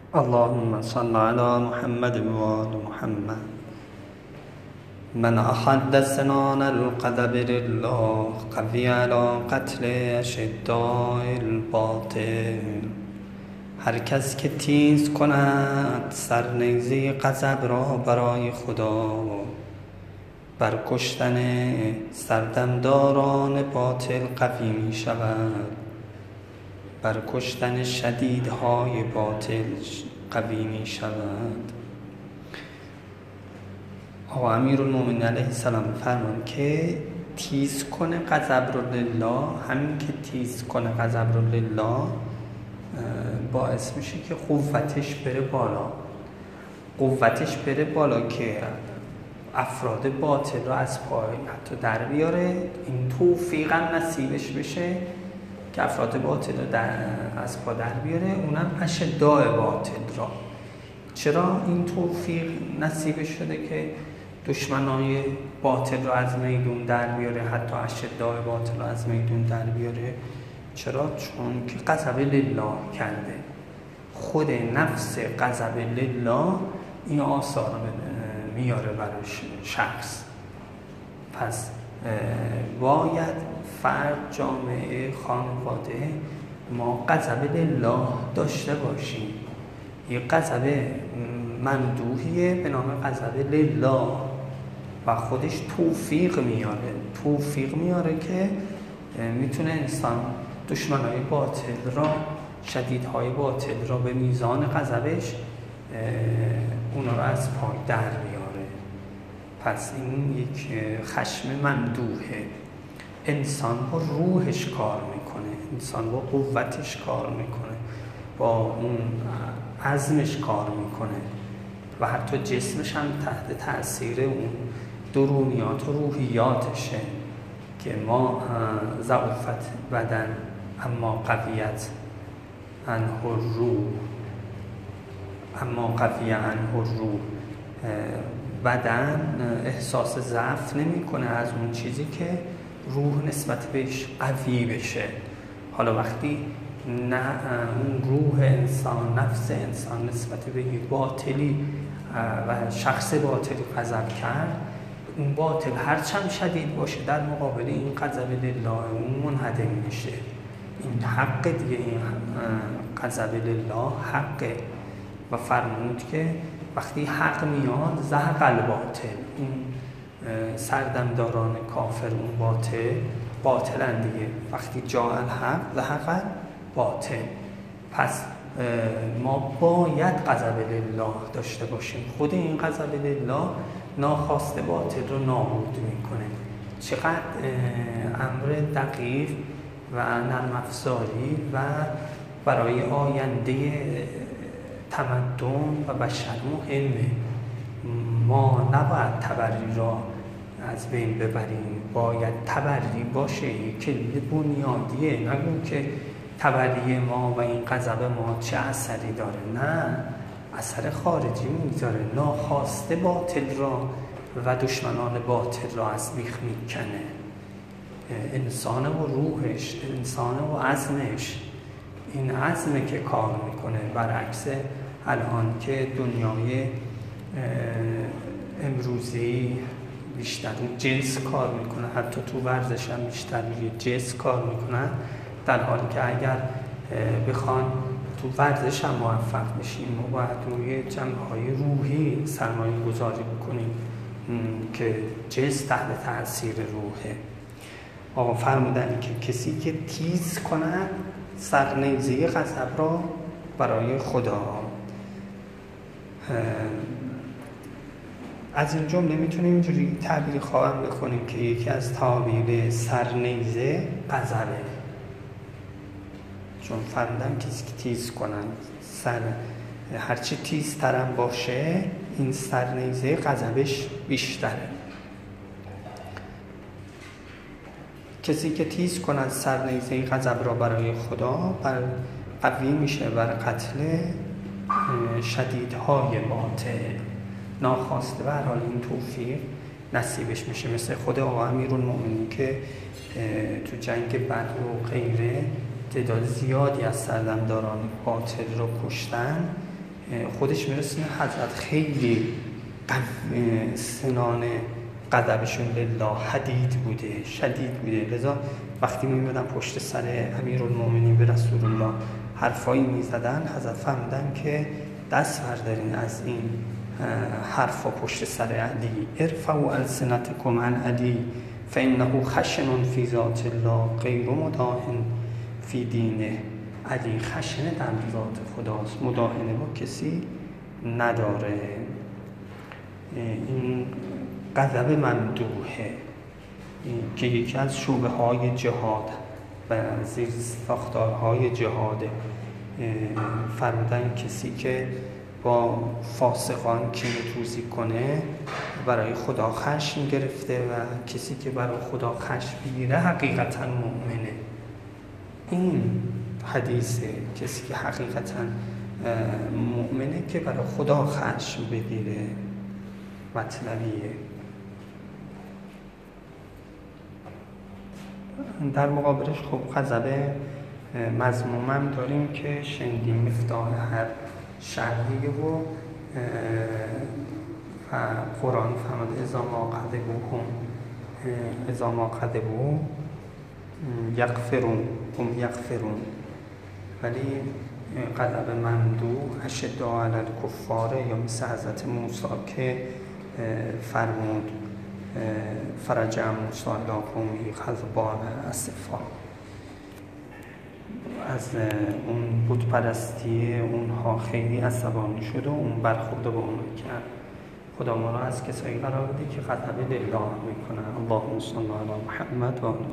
اللهم صل على محمد وآل محمد. من أحد سنان القذب لله قوی علی قتل اشداء الباطل. هر کس که تیز کند سرنیزه غضب را برای خدا، بر کشتن سردمداران باطل قوی می شود، بر کشتن شدیدهای باطل قوی می شود. آقا امیرالمومنین علیه السلام فرمان که تیز کنه غضب رو لله، همین که تیز کنه غضب رو لله باعث میشه که قوتش بره بالا. قوتش بره بالا که افراد باطل رو از پای حتی در بیاره. این توفیق هم نصیبش بشه که افراد باطل رو از پا در بیاره، اونم اشداء باطل را. چرا این توفیق نصیبش شده که دشمنای باطل رو از میدون در بیاره، حتی اشداء باطل رو از میدون در بیاره؟ چرا؟ چون که غضب لله کرده. خود نفس غضب لله این آثار میاره برای شخص. پس باید فرد، جامعه، خانواده ما غضب لله داشته باشیم. یه غضب ممدوحیه به نام غضب لله و خودش توفیق میاره که میتونه انسان دشمنای باطل را، شدیدهای باطل را به میزان غضبش اونا را از پای در میاره. پس این یک خشم ممدوحه. انسان با روحش کار میکنه، انسان با قوتش کار میکنه، با اون عزمش کار میکنه و حتی جسمش هم تحت تأثیر اون درونیات و روحیاتشه که ما ضعفت بدن اما قویت عنه الروح. بدن احساس ضعف نمیکنه از اون چیزی که روح نسبت بهش قوی بشه. حالا وقتی نه اون روح انسان، نفس انسان نسبت به یک باطلی و شخص باطلی غضب کرد، اون باطل هرچند شدید باشه در مقابل این غضب لله اون منهدم میشه. این حق دیگه، این غضب لله حقه و فرمود که وقتی حق میاد زهق الباطل، این سردمداران کافر اون باطلن دیگه. وقتی جاء الحق زهق الباطل. پس ما باید غضب لله داشته باشیم. خود این غضب لله ناخواسته باطل رو نابود میکنه. چقدر امر دقیق و نرم افزاری و برای آینده تمدن و بشر مهمه. ما نباید تبری را از بین ببریم، باید تبری باشه. یک کلید بنیادیه. نگیم که تبری ما و این غضب ما چه اثری داره. نه، اثر خارجی میذاره. ناخواسته باطل را و دشمنان باطل را از بیخ میکنه. انسان و روحش، انسان و عزمش، این عزمه که کار میکنه. برعکس الان که دنیای امروزی بیشتر جنس کار میکنه، حتی تو ورزش هم بیشتر جنس کار میکنن، در حالی که اگر بخوان تو ورزش هم موفق بشیم ما باید روی جنبه‌های روحی سرمایه گذاری بکنیم که جنس تحت تأثیر روحه. آقا فرمودن که کسی که تیز کند سرنیزه غضب را برای خدا. از این جمله میتونیم اینجوری تعبیر خواهم بکنیم که یکی از تعابیر سرنیزه غضبه. چون فرمودن کسی که تیز کنن هرچی تیزترم باشه این سرنیزه غضبش بیشتره. کسی که تیز کند سرنیزه غضب را برای خدا قوی میشه بر قتل شدیدهای باطل. ناخواسته به هر حال این توفیق نصیبش میشه. مثل خود آقا امیرالمومنین که تو جنگ بدر و غیره تعداد زیادی از سردمداران باطل رو کشتن. خودش میرسونه حضرت خیلی سنان غضبشون لله حدید بوده، شدید بوده. لذا وقتی میمدن پشت سر امیرالمومنین به رسول الله حرفایی میزدن، حضرت فرمودن که دست بردارین از این حرفا پشت سر علی. ارفعوا السنتکم عن علی فانه خشن فی ذات الله غیر مداهن فی دینه. علی خشن در ذات خداست، مداهنه با کسی نداره. این غضب ممدوحه که یکی از شعبه های جهاد و زیر ساختارهای جهاد. فرمودن کسی که با فاسقان کینه‌توزی کنه برای خدا خشم گرفته و کسی که برای خدا خشم بگیره حقیقتا مؤمنه. این حدیثه، کسی که حقیقتا مؤمنه که برای خدا خشم بگیره مطلبیه. در مقابلش خب غضب مذمومم داریم که شنیدیم مفتاح هر شرعیه و قرآن فرمود اذا ما غضبوا یغفرون هم یغفرون. ولی غضب ممدوح اشداء علی الکفار، یا مثل حضرت موسی که فرمود فرجع موسی الی قومه غضبان اسفا. از اون بت پرستی اونها خیلی عصبانی شد و اون برخورد با اون کرد. خدا ما را از کسایی قرار بده که غضب لله میکنن. اللهم صل علی محمد و